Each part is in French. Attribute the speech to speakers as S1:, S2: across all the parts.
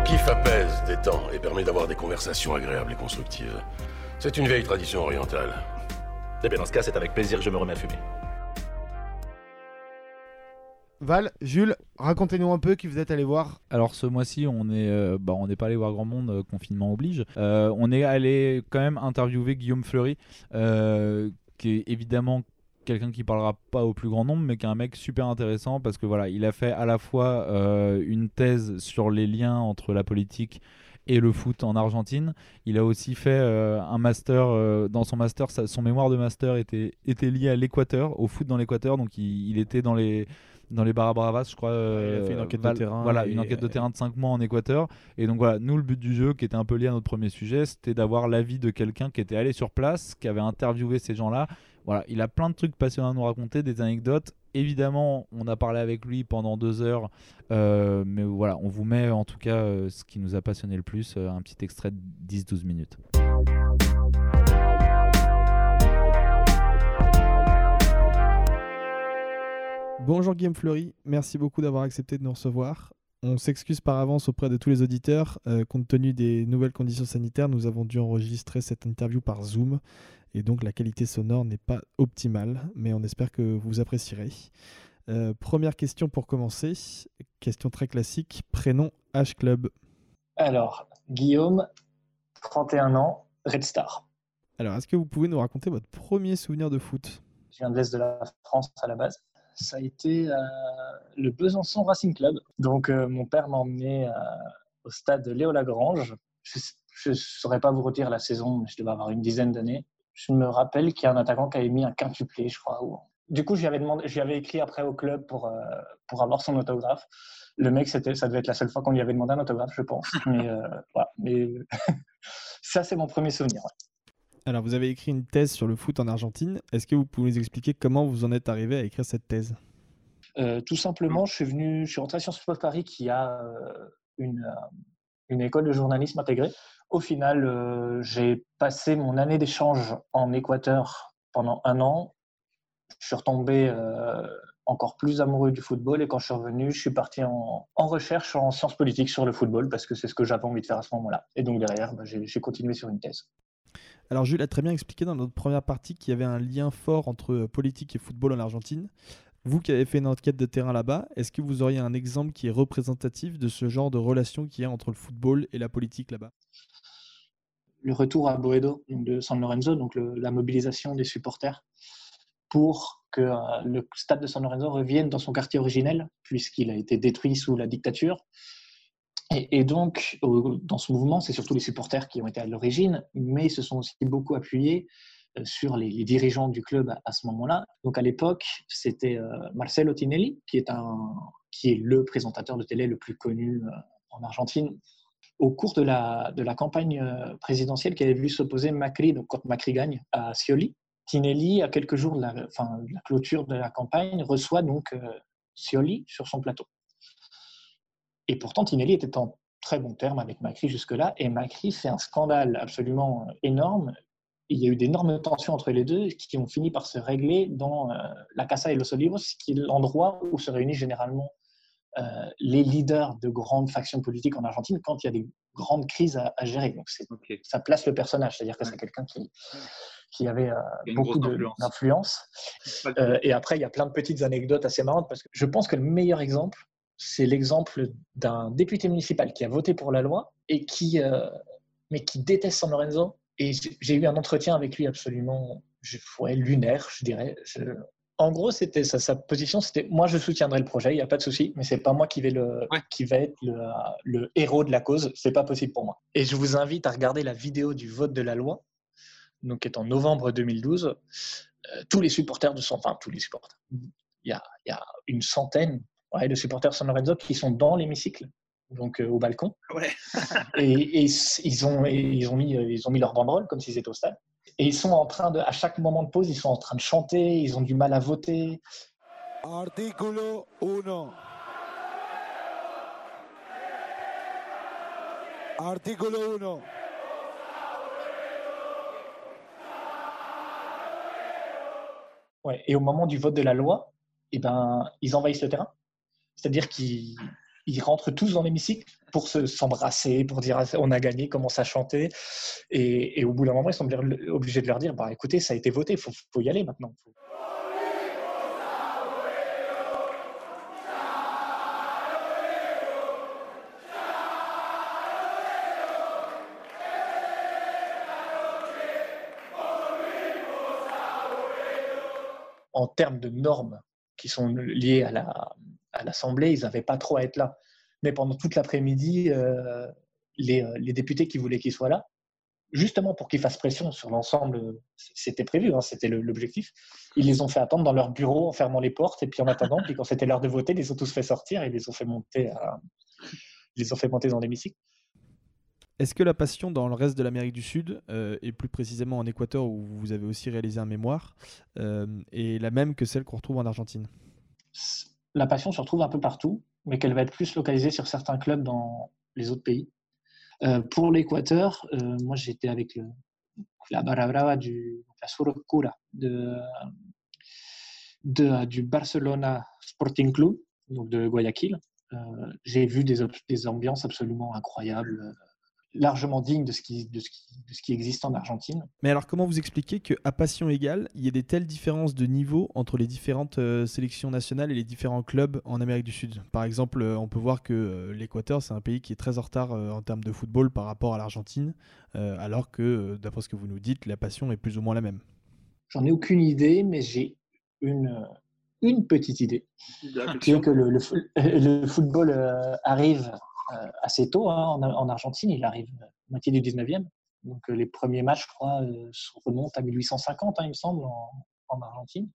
S1: kiff apaise, détend et permet d'avoir des conversations agréables et constructives. C'est une vieille tradition orientale.
S2: Eh bien, dans ce cas, c'est avec plaisir que je me remets à fumer.
S3: Val, Jules, racontez-nous un peu qui vous êtes allé voir.
S4: Alors ce mois-ci, on n'est pas allé voir grand monde, confinement oblige. On est allé quand même interviewer Guillaume Fleury, qui est évidemment quelqu'un qui parlera pas au plus grand nombre, mais qui est un mec super intéressant parce que voilà, il a fait à la fois une thèse sur les liens entre la politique et le foot en Argentine. Il a aussi fait un master. Dans son master, son mémoire de master était lié à l'Équateur, au foot dans l'Équateur. Donc il était dans les Barra Bravas, je crois.
S3: Il a fait une enquête de terrain.
S4: Voilà, une enquête de terrain de 5 mois en Équateur. Et donc voilà, nous, le but du jeu, qui était un peu lié à notre premier sujet, c'était d'avoir l'avis de quelqu'un qui était allé sur place, qui avait interviewé ces gens-là. Voilà, il a plein de trucs passionnants à nous raconter, des anecdotes. Évidemment, on a parlé avec lui pendant 2 heures, mais voilà, on vous met en tout cas ce qui nous a passionné le plus, un petit extrait de 10-12 minutes.
S3: Bonjour Guillaume Fleury, merci beaucoup d'avoir accepté de nous recevoir. On s'excuse par avance auprès de tous les auditeurs. Compte tenu des nouvelles conditions sanitaires, nous avons dû enregistrer cette interview par Zoom. Et donc la qualité sonore n'est pas optimale, mais on espère que vous apprécierez. Première question pour commencer, question très classique, prénom H-Club.
S5: Alors, Guillaume, 31 ans, Red Star.
S3: Alors, est-ce que vous pouvez nous raconter votre premier souvenir de foot ?
S5: Je viens de l'Est de la France à la base. Ça a été le Besançon Racing Club. Donc, mon père m'a emmené au stade Léo Lagrange. Je ne saurais pas vous redire la saison, mais je devais avoir une dizaine d'années. Je me rappelle qu'il y a un attaquant qui avait mis un quintuplé, je crois. Du coup, j'y avais écrit après au club pour avoir son autographe. Le mec, ça devait être la seule fois qu'on lui avait demandé un autographe, je pense. Mais voilà. Mais ça, c'est mon premier souvenir. Ouais.
S3: Alors, vous avez écrit une thèse sur le foot en Argentine. Est-ce que vous pouvez nous expliquer comment vous en êtes arrivé à écrire cette thèse ?
S5: Tout simplement, je suis rentré à Sciences Po Paris qui a une école de journalisme intégrée. Au final, j'ai passé mon année d'échange en Équateur pendant 1 an. Je suis retombé encore plus amoureux du football et quand je suis revenu, je suis parti en recherche en sciences politiques sur le football parce que c'est ce que j'avais envie de faire à ce moment-là. Et donc derrière, j'ai continué sur une thèse.
S3: Alors Jules a très bien expliqué dans notre première partie qu'il y avait un lien fort entre politique et football en Argentine. Vous qui avez fait une enquête de terrain là-bas, est-ce que vous auriez un exemple qui est représentatif de ce genre de relation qu'il y a entre le football et la politique là-bas ?
S5: Le retour à Boedo de San Lorenzo, donc la mobilisation des supporters pour que le stade de San Lorenzo revienne dans son quartier originel, puisqu'il a été détruit sous la dictature. Et donc, dans ce mouvement, c'est surtout les supporters qui ont été à l'origine, mais ils se sont aussi beaucoup appuyés sur les dirigeants du club à ce moment-là. Donc à l'époque, c'était Marcelo Tinelli, qui est le présentateur de télé le plus connu en Argentine. Au cours de la campagne présidentielle qui avait vu s'opposer Macri, donc quand Macri gagne, à Scioli, Tinelli, à quelques jours de la clôture de la campagne, reçoit donc Scioli sur son plateau. Et pourtant, Tinelli était en très bon terme avec Macri jusque-là, et Macri fait un scandale absolument énorme. Il y a eu d'énormes tensions entre les deux qui ont fini par se régler dans la Casa de los Olivos, qui est l'endroit où se réunissent généralement les leaders de grandes factions politiques en Argentine quand il y a des grandes crises à gérer. Donc ça place le personnage, c'est-à-dire que c'est quelqu'un qui avait beaucoup d'influence. Et après, il y a plein de petites anecdotes assez marrantes parce que je pense que le meilleur exemple, c'est l'exemple d'un député municipal qui a voté pour la loi et mais qui déteste San Lorenzo. Et j'ai eu un entretien avec lui absolument lunaire, je dirais. En gros, c'était sa position, c'était moi je soutiendrai le projet, il n'y a pas de souci, mais c'est pas moi qui va être le héros de la cause, c'est pas possible pour moi. Et je vous invite à regarder la vidéo du vote de la loi, donc qui est en novembre 2012. Tous les supporters tous les supporters. Il y a une centaine de supporters San Lorenzo qui sont dans l'hémicycle, donc au balcon. Ouais. et ils ont mis leur banderole comme s'ils étaient au stade. Et ils sont en train à chaque moment de pause, ils sont en train de chanter, ils ont du mal à voter.
S6: Artículo 1. Artículo 1.
S5: Ouais, et au moment du vote de la loi, ils envahissent le terrain. C'est-à-dire qu'ils ils rentrent tous dans l'hémicycle pour s'embrasser, pour dire on a gagné, commence à chanter. Et au bout d'un moment, ils sont obligés de leur dire bah, écoutez, ça a été voté, il faut y aller maintenant. En termes de normes qui sont liées à l'Assemblée, ils n'avaient pas trop à être là. Mais pendant toute l'après-midi, les députés qui voulaient qu'ils soient là, justement pour qu'ils fassent pression sur l'ensemble, c'était prévu, hein, c'était l'objectif, ils les ont fait attendre dans leur bureau en fermant les portes, et puis en attendant, puis quand c'était l'heure de voter, ils les ont tous fait sortir et ils les ont fait monter dans l'hémicycle.
S3: Est-ce que la passion dans le reste de l'Amérique du Sud, et plus précisément en Équateur où vous avez aussi réalisé un mémoire, est la même que celle qu'on retrouve en Argentine ?
S5: La passion se retrouve un peu partout, mais qu'elle va être plus localisée sur certains clubs dans les autres pays. Pour l'Équateur, moi j'étais avec la Barra Brava la Surocura du Barcelona Sporting Club, donc de Guayaquil. J'ai vu des ambiances absolument incroyables, largement dignes de ce qui existe en Argentine.
S3: Mais alors comment vous expliquez qu'à passion égale, il y ait des telles différences de niveau entre les différentes sélections nationales et les différents clubs en Amérique du Sud ? Par exemple, on peut voir que l'Équateur, c'est un pays qui est très en retard en termes de football par rapport à l'Argentine, alors que, d'après ce que vous nous dites, la passion est plus ou moins la même.
S5: J'en ai aucune idée, mais j'ai une petite idée, qui est que le football arrive assez tôt, hein, en Argentine. Il arrive moitié du 19e. Donc les premiers matchs, je crois, remontent à 1850, hein, il me semble, en Argentine.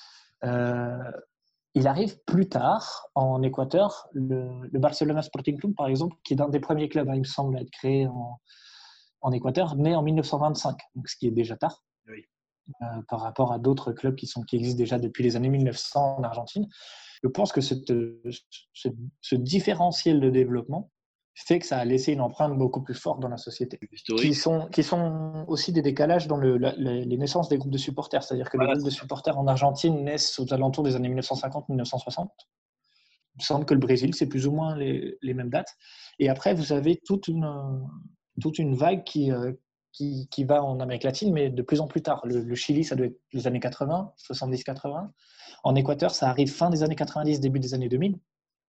S5: Il arrive plus tard en Équateur. Le Barcelona Sporting Club, par exemple, qui est un des premiers clubs, hein, il me semble, à être créé en Équateur, né en 1925, donc ce qui est déjà tard. Oui. Par rapport à d'autres clubs qui existent déjà depuis les années 1900 en Argentine. Je pense que ce différentiel de développement fait que ça a laissé une empreinte beaucoup plus forte dans la société. Qui sont aussi des décalages dans les naissances des groupes de supporters. C'est-à-dire que les groupes de supporters en Argentine naissent aux alentours des années 1950-1960. Il me semble que le Brésil, c'est plus ou moins les mêmes dates. Et après, vous avez toute une vague qui va en Amérique latine, mais de plus en plus tard. Le Chili, ça doit être les années 80, 70-80. En Équateur, ça arrive fin des années 90, début des années 2000.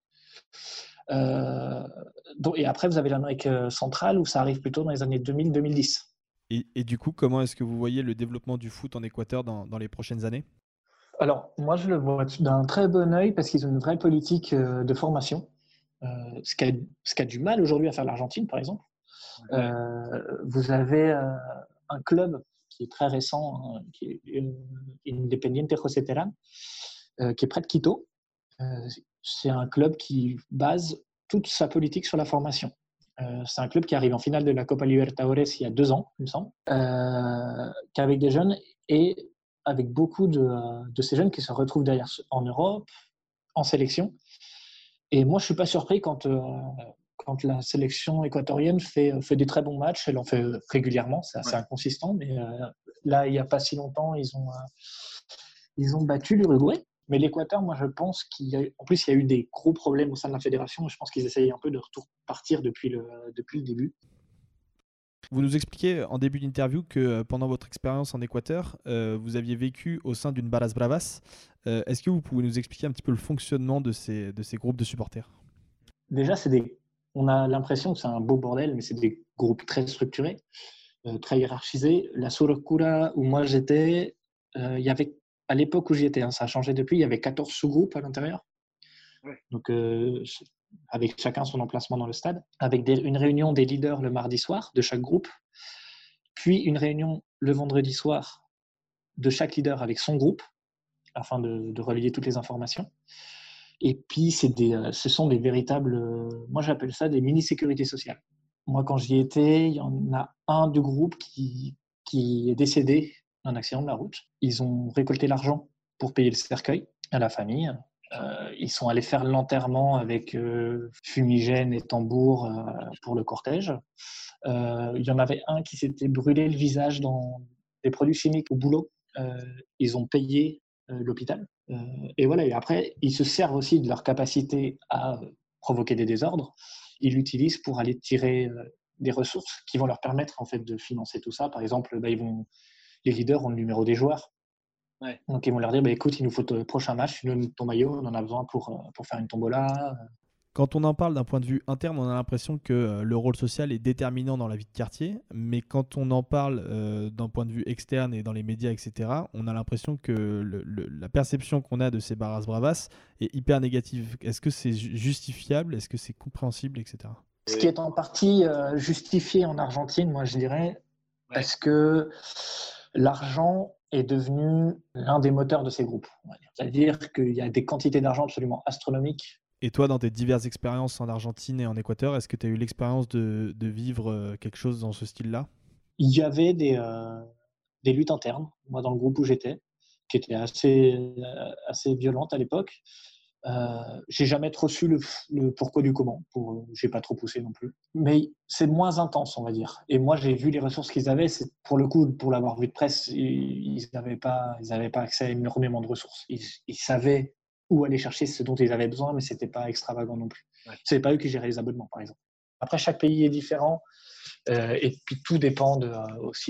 S5: Et après, vous avez l'Amérique centrale, où ça arrive plutôt dans les années 2000-2010.
S3: Et du coup, comment est-ce que vous voyez le développement du foot en Équateur dans les prochaines années ?
S5: Alors, moi, je le vois d'un très bon œil, parce qu'ils ont une vraie politique de formation. Ce qu'a du mal aujourd'hui à faire l'Argentine, par exemple. Vous avez un club qui est très récent, hein, qui est Independiente José Terán, qui est près de Quito. C'est un club qui base toute sa politique sur la formation. C'est un club qui arrive en finale de la Copa Libertadores il y a 2 ans, il me semble, qu'avec des jeunes et avec beaucoup de ces jeunes qui se retrouvent derrière en Europe, en sélection. Et moi, je ne suis pas surpris quand la sélection équatorienne fait des très bons matchs. Elle en fait régulièrement, c'est assez inconsistant. Mais là, il n'y a pas si longtemps, ils ont battu l'Uruguay. Mais l'Équateur, moi, je pense qu'il y a eu des gros problèmes au sein de la fédération. Je pense qu'ils essayaient un peu de repartir depuis le début.
S3: Vous nous expliquez en début d'interview que pendant votre expérience en Équateur, vous aviez vécu au sein d'une Barras Bravas. Est-ce que vous pouvez nous expliquer un petit peu le fonctionnement de ces groupes de supporters ? Déjà,
S5: on a l'impression que c'est un beau bordel, mais c'est des groupes très structurés, très hiérarchisés. La Surocura, où moi j'étais, il y avait, à l'époque où j'y étais, hein, ça a changé depuis, il y avait 14 sous-groupes à l'intérieur. Ouais. Donc, avec chacun son emplacement dans le stade, avec une réunion des leaders le mardi soir de chaque groupe, puis une réunion le vendredi soir de chaque leader avec son groupe, afin de relier toutes les informations. Et puis, ce sont des véritables, moi j'appelle ça des mini-sécurités sociales. Moi, quand j'y étais, il y en a un du groupe qui est décédé d'un accident de la route. Ils ont récolté l'argent pour payer le cercueil à la famille. Ils sont allés faire l'enterrement avec fumigène et tambour pour le cortège. Il y en avait un qui s'était brûlé le visage dans des produits chimiques au boulot. Ils ont payé l'hôpital. Et voilà. Et après, ils se servent aussi de leur capacité à provoquer des désordres, ils l'utilisent pour aller tirer des ressources qui vont leur permettre en fait de financer tout ça. Par exemple, les leaders ont le numéro des joueurs.
S7: Ouais.
S5: Donc ils vont leur dire écoute, il nous faut le prochain match, tu nous donnes ton maillot, on en a besoin pour faire une tombola.
S3: Quand on en parle d'un point de vue interne, on a l'impression que le rôle social est déterminant dans la vie de quartier, mais quand on en parle d'un point de vue externe et dans les médias, etc., on a l'impression que la perception qu'on a de ces barras bravas est hyper négative. Est-ce que c'est justifiable? Est-ce que c'est compréhensible, etc.?
S5: Ce qui est en partie justifié en Argentine, moi je dirais, parce que l'argent est devenu l'un des moteurs de ces groupes. C'est-à-dire qu'il y a des quantités d'argent absolument astronomiques.
S3: Et toi, dans tes diverses expériences en Argentine et en Équateur, est-ce que tu as eu l'expérience de vivre quelque chose dans ce style-là?
S5: Il y avait des luttes internes, moi dans le groupe où j'étais, qui étaient assez violentes à l'époque. J'ai jamais trop su le pourquoi du comment. J'ai pas trop poussé non plus. Mais c'est moins intense, on va dire. Et moi, j'ai vu les ressources qu'ils avaient. C'est, pour le coup, pour l'avoir vu de presse, ils n'avaient pas accès à énormément de ressources. Ils savaient où aller chercher ce dont ils avaient besoin, mais c'était pas extravagant non plus. Ouais. C'est pas eux qui géraient les abonnements, par exemple. Après, chaque pays est différent. Et puis, tout dépend aussi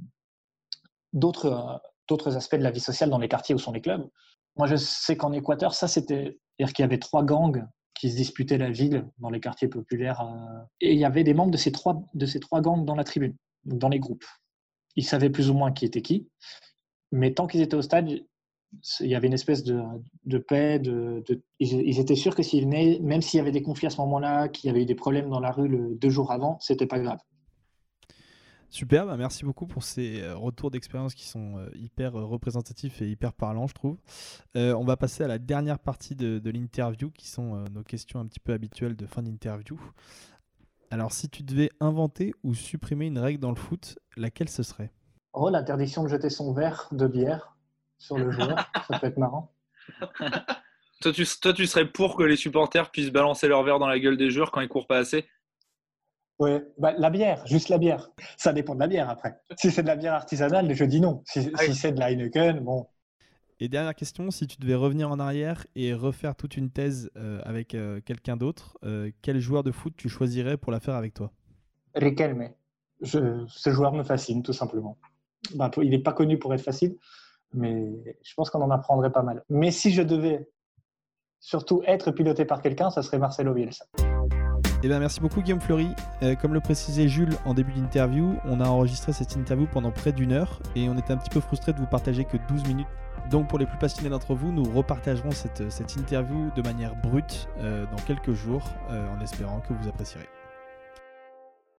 S5: d'autres aspects de la vie sociale dans les quartiers où sont les clubs. Moi, je sais qu'en Équateur, c'est-à-dire qu'il y avait 3 gangs qui se disputaient la ville dans les quartiers populaires. Et il y avait des membres de ces trois gangs dans la tribune, dans les groupes. Ils savaient plus ou moins qui était qui. Mais tant qu'ils étaient au stade, il y avait une espèce de paix. Ils étaient sûrs que s'ils venaient, même s'il y avait des conflits à ce moment-là, qu'il y avait eu des problèmes dans la rue 2 jours avant, c'était pas grave.
S3: Super, merci beaucoup pour ces retours d'expérience qui sont hyper représentatifs et hyper parlants, je trouve. On va passer à la dernière partie de l'interview, qui sont nos questions un petit peu habituelles de fin d'interview. Alors, si tu devais inventer ou supprimer une règle dans le foot, laquelle ce serait?
S5: L'interdiction de jeter son verre de bière sur le joueur, ça peut être marrant.
S7: Toi, tu serais pour que les supporters puissent balancer leur verre dans la gueule des joueurs quand ils courent pas assez?
S5: Oui, la bière, juste la bière. Ça dépend de la bière après. Si c'est de la bière artisanale, je dis non. Si c'est de la Heineken, bon.
S3: Et dernière question, si tu devais revenir en arrière et refaire toute une thèse avec quelqu'un d'autre, quel joueur de foot tu choisirais pour la faire avec toi?
S5: Riquelme. Ce joueur me fascine, tout simplement. Il n'est pas connu pour être facile, mais je pense qu'on en apprendrait pas mal. Mais si je devais surtout être piloté par quelqu'un, ça serait Marcelo Bielsa.
S3: Merci beaucoup Guillaume Fleury. Comme le précisait Jules en début d'interview, on a enregistré cette interview pendant près d'1 heure et on était un petit peu frustré de vous partager que 12 minutes. Donc pour les plus passionnés d'entre vous, nous repartagerons cette interview de manière brute dans quelques jours en espérant que vous apprécierez.